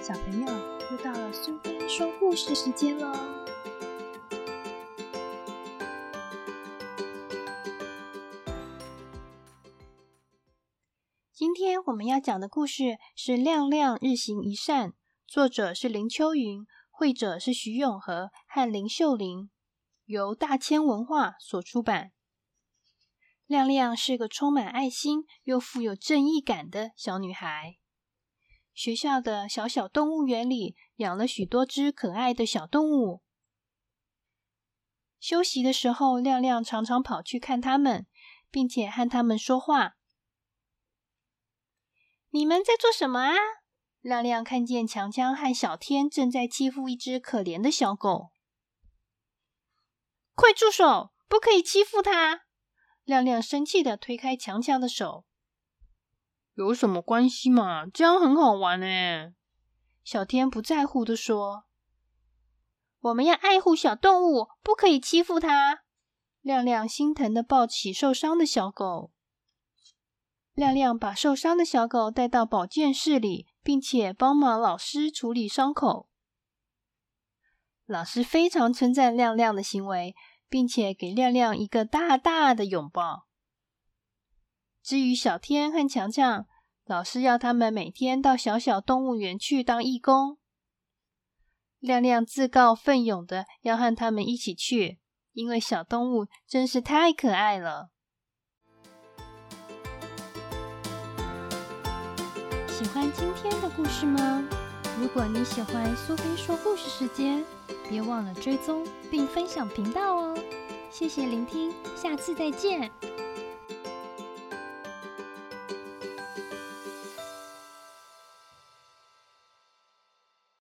小朋友，又到了苏菲说故事时间咯。今天我们要讲的故事是《亮亮日行一善》，作者是林秋云，绘者是徐永和和林秀玲，由大千文化所出版。亮亮是个充满爱心又富有正义感的小女孩。学校的小小动物园里养了许多只可爱的小动物。休息的时候，亮亮常常跑去看它们，并且和它们说话。你们在做什么啊？亮亮看见强强和小天正在欺负一只可怜的小狗。快住手，不可以欺负它！亮亮生气地推开强强的手。 有什么关系嘛？这样很好玩耶。 小天不在乎地说。我们要爱护小动物，不可以欺负它。亮亮心疼地抱起受伤的小狗。亮亮把受伤的小狗带到保健室里，并且帮忙老师处理伤口。老师非常称赞亮亮的行为，并且给亮亮一个大大的拥抱。至于小天和强强，老师要他们每天到小小动物园去当义工。亮亮自告奋勇的要和他们一起去，因为小动物真是太可爱了。喜欢今天的故事吗？如果你喜欢苏菲说故事时间，别忘了追踪并分享频道哦。谢谢聆听，下次再见。